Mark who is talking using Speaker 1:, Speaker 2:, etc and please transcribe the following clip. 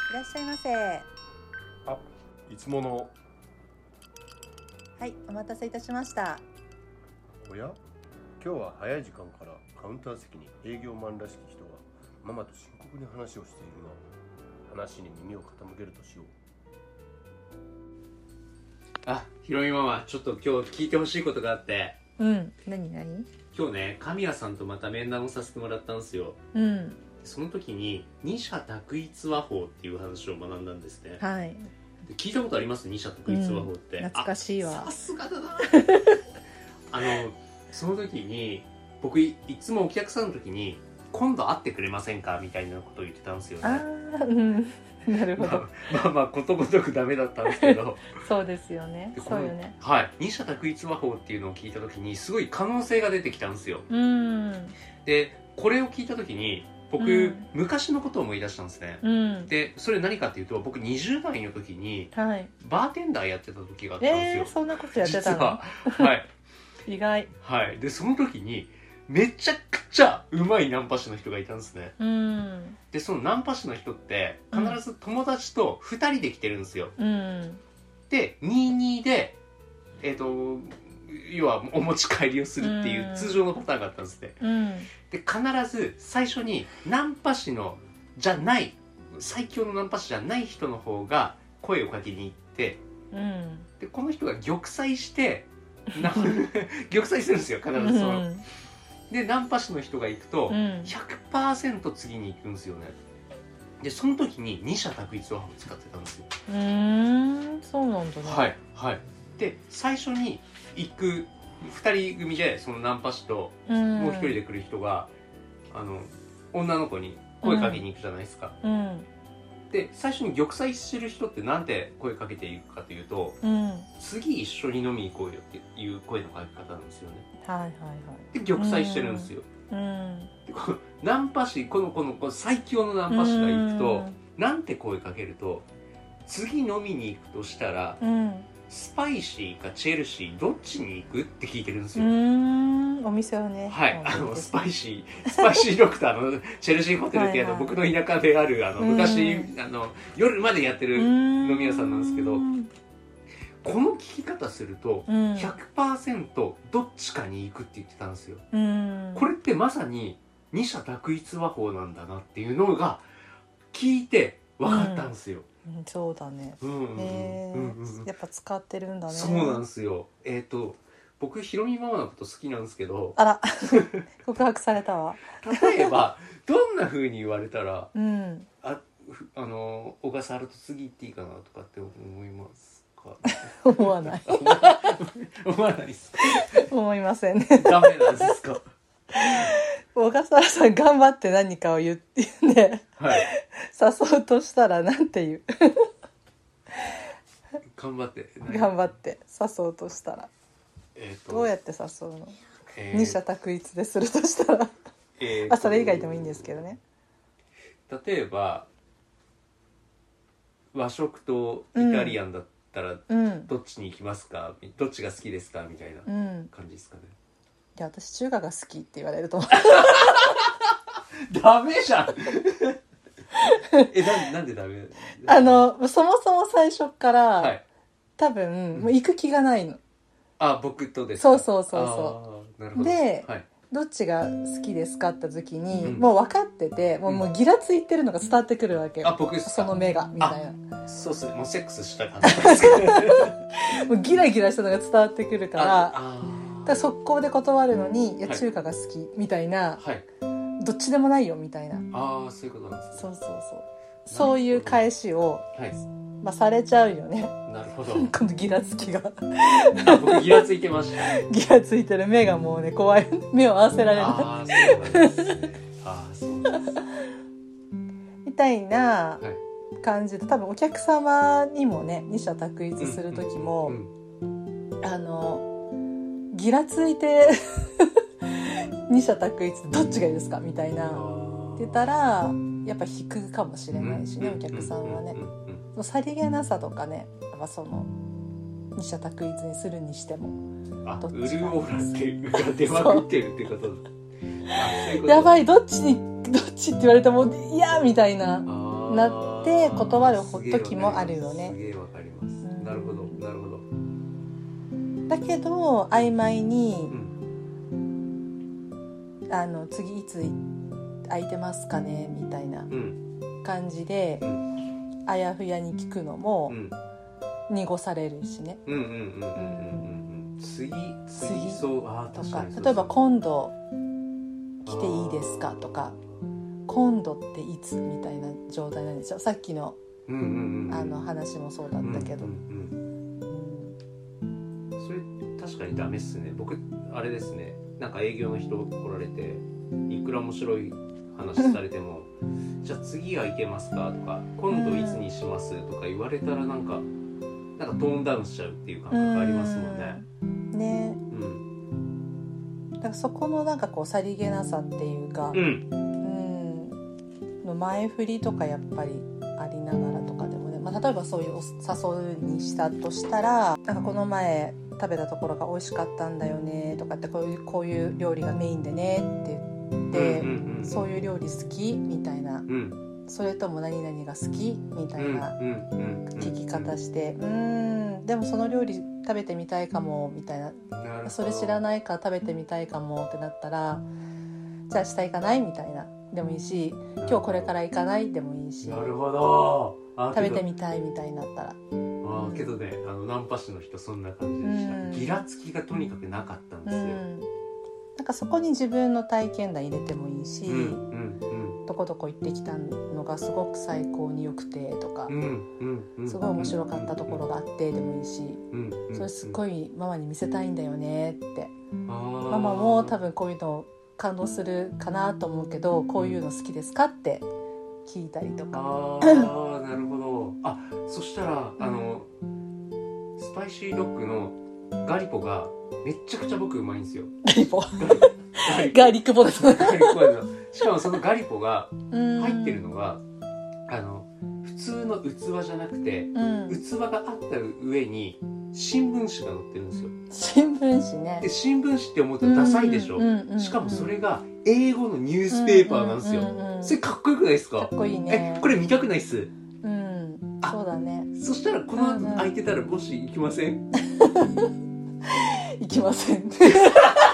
Speaker 1: いらっしゃいませ。
Speaker 2: あ、いつもの。
Speaker 1: はい、お待たせいたしました。
Speaker 2: おや、今日は早い時間からカウンター席に営業マンらしき人がママと深刻に話をしているが、話に耳を傾けるとしよう。
Speaker 3: あ、ひろみママ、ちょっと今日聞いてほしいことがあって。
Speaker 1: 何
Speaker 3: 今日ね、神谷さんとまた面談をさせてもらったんですよ。その時に二者択一和法っていう話を学んだんですね。
Speaker 1: はい。
Speaker 3: 聞いたことあります？二者択一和法って、
Speaker 1: 懐かしいわ。
Speaker 3: さすがだなその時に僕 いつもお客さんの時に今度会ってくれませんかみたいなことを言ってたんですよね。
Speaker 1: なるほど。
Speaker 3: まあことごとくダメだったんですけど
Speaker 1: そうですよね。そうよね。
Speaker 3: はい、二者択一和法っていうのを聞いた時にすごい可能性が出てきたんですよ。でこれを聞いた時に僕、昔のことを思い出したんですね。でそれ何かっていうと、僕20代の時にバーテンダーやってた時があったんですよ。
Speaker 1: そんなことやってたの？
Speaker 3: 実ははい
Speaker 1: 意外。
Speaker 3: はい。でその時にめちゃくちゃうまいナンパ師の人がいたんですね。でそのナンパ師の人って必ず友達と2人で来てるんですよ。で22で要はお持ち帰りをするっていう通常のパターンがあったんですね。で必ず最初にナンパ師のじゃない最強のナンパ師じゃない人の方が声をかけに行って、でこの人が玉砕して玉砕するんですよ必ずでナンパ師の人が行くと 100% 次に行くんですよね。でその時に二者択一和法を使ってたんですよ。
Speaker 1: そうなんだね。
Speaker 3: はいはい。で最初に行く2人組でそのナンパ師ともう1人で来る人が女の子に声かけに行くじゃないですか。で最初に玉砕してる人ってなんで声かけていくかというと、次一緒に飲みに行こうよっていう声のかけ方なんですよね。で玉砕してるんですよ。でこのナンパ師この最強のナンパ師が行くとなんて声かけると、次飲みに行くとしたら、スパイシーかチェルシーどっちに行くって聞いてるんですよ。
Speaker 1: お店はね。
Speaker 3: はい、スパイシードクターのチェルシーホテルっていう僕の田舎である昔夜までやってる飲み屋さんなんですけど、この聞き方すると 100% どっちかに行くって言ってたんですよ。これってまさに二者択一和法なんだなっていうのが聞いて分かったんですよ。
Speaker 1: そうだね。やっぱ使ってるんだね。
Speaker 3: そうなんですよ。僕ひろみママのこと好きなんですけど、
Speaker 1: あら告白されたわ。
Speaker 3: 例えばどんな風に言われたら、小笠原と次行っていいかなとかって思いますか？
Speaker 1: 思わない
Speaker 3: 思わないですか？
Speaker 1: 思いませんね。
Speaker 3: ダメなんですか？
Speaker 1: 小笠原さん頑張って何かを言ってね、誘うとしたらなんて言う？頑張って誘うとしたら、どうやって誘うの？二者択一でするとしたらそれ以外でもいいんですけどね。
Speaker 3: 例えば和食とイタリアンだったらどっちに行きますか？どっちが好きですか？みたいな感じですかね。
Speaker 1: いや私中華が好きって言われると思
Speaker 3: うダメじゃんなんでダメ？
Speaker 1: そもそも最初から、多分もう行く気がないの。
Speaker 3: 僕とですか？
Speaker 1: そう
Speaker 3: なるほど。
Speaker 1: で、どっちが好きですかって時に、もう分かってて、もうギラついてるのが伝わってくるわけよ。
Speaker 3: 僕
Speaker 1: その目がみたいな。
Speaker 3: そうっすね。もうセックスした感じですけど
Speaker 1: もうギラギラしたのが伝わってくるから速攻で断るのに、いや中華が好きみたいな、どっちでもないよみたいな。
Speaker 3: そういうことなんですね。
Speaker 1: そういう返しを、されちゃうよね。
Speaker 3: なるほど。
Speaker 1: このギラつきが
Speaker 3: 僕ギラついてました。
Speaker 1: ギラついてる目がもうね怖い。目を合わせられない。
Speaker 3: そうなんですね。そうです。
Speaker 1: みたいな感じで、多分お客様にもね二者択一する時も、ギラついて二者択一どっちがいいですかみたいなって言ったらやっぱ引くかもしれないしね、お客さんはね。さりげなさとかね、その二者択一にするにしても
Speaker 3: ウルオーラって出まくってるってこと
Speaker 1: やばい、どっちって言われてもいやみたいななっって断る時もあるよね。
Speaker 3: すげえわかります。なるほどなるほど。
Speaker 1: だけど曖昧に、
Speaker 3: うん、
Speaker 1: 次いつ空いてますかねみたいな感じで、
Speaker 3: うん、
Speaker 1: あやふやに聞くのも濁されるしね。
Speaker 3: 次そう確かにそう
Speaker 1: 例えば今度来ていいですかとか、今度っていつみたいな状態なんですよ。さっきの、話もそうだったけど、
Speaker 3: それ確かにダメっすね。僕あれですね、なんか営業の人来られていくら面白い話されてもじゃあ次はいけますかとか今度いつにしますとか言われたらなんかトーンダウンしちゃうっていう感覚ありますもんね。
Speaker 1: ね、だからそこのなんかこうさりげなさっていうか、の前振りとかやっぱりありながらとかでもね、例えばそういう誘うにしたとしたら、なんかこの前食べたところが美味しかったんだよねとかって、こういう料理がメインでねって言って、そういう料理好きみたいな、それとも何々が好きみたいな聞き方して、でもその料理食べてみたいかもみたいな、それ知らないから食べてみたいかもってなったら、じゃあ明日行かないみたいなでもいいし、今日これから行かないでもいいし、
Speaker 3: なるほど、
Speaker 1: 食べてみたいみたいになったら、
Speaker 3: けどね、ナンパ師の人そんな感じでした。ギラつきがとにかくなかったんですよ。
Speaker 1: なんかそこに自分の体験談入れてもいいし、どこどこ行ってきたのがすごく最高に良くてとか、すごい面白かったところがあってでもいいし、それすっごいママに見せたいんだよねって、ママも多分こういうの感動するかなと思うけど、こういうの好きですかって聞いたりとか。
Speaker 3: なるほど。そしたらスパイシードッグのガリポがめっちゃくちゃ僕うまいんですよ。
Speaker 1: ガリポガーリックポテト
Speaker 3: しかもそのガリポが入ってるのが普通の器じゃなくて、器があった上に新聞紙が載ってるんですよ。
Speaker 1: 新聞紙ね。
Speaker 3: で新聞紙って思うとダサいでしょ。しかもそれが英語のニュースペーパーなんですよ。それかっこよくないですか？
Speaker 1: かっこいいね。
Speaker 3: これ見たくないっす。
Speaker 1: そうだね。
Speaker 3: そしたらこの後空いてたらもし行きません？
Speaker 1: 行きません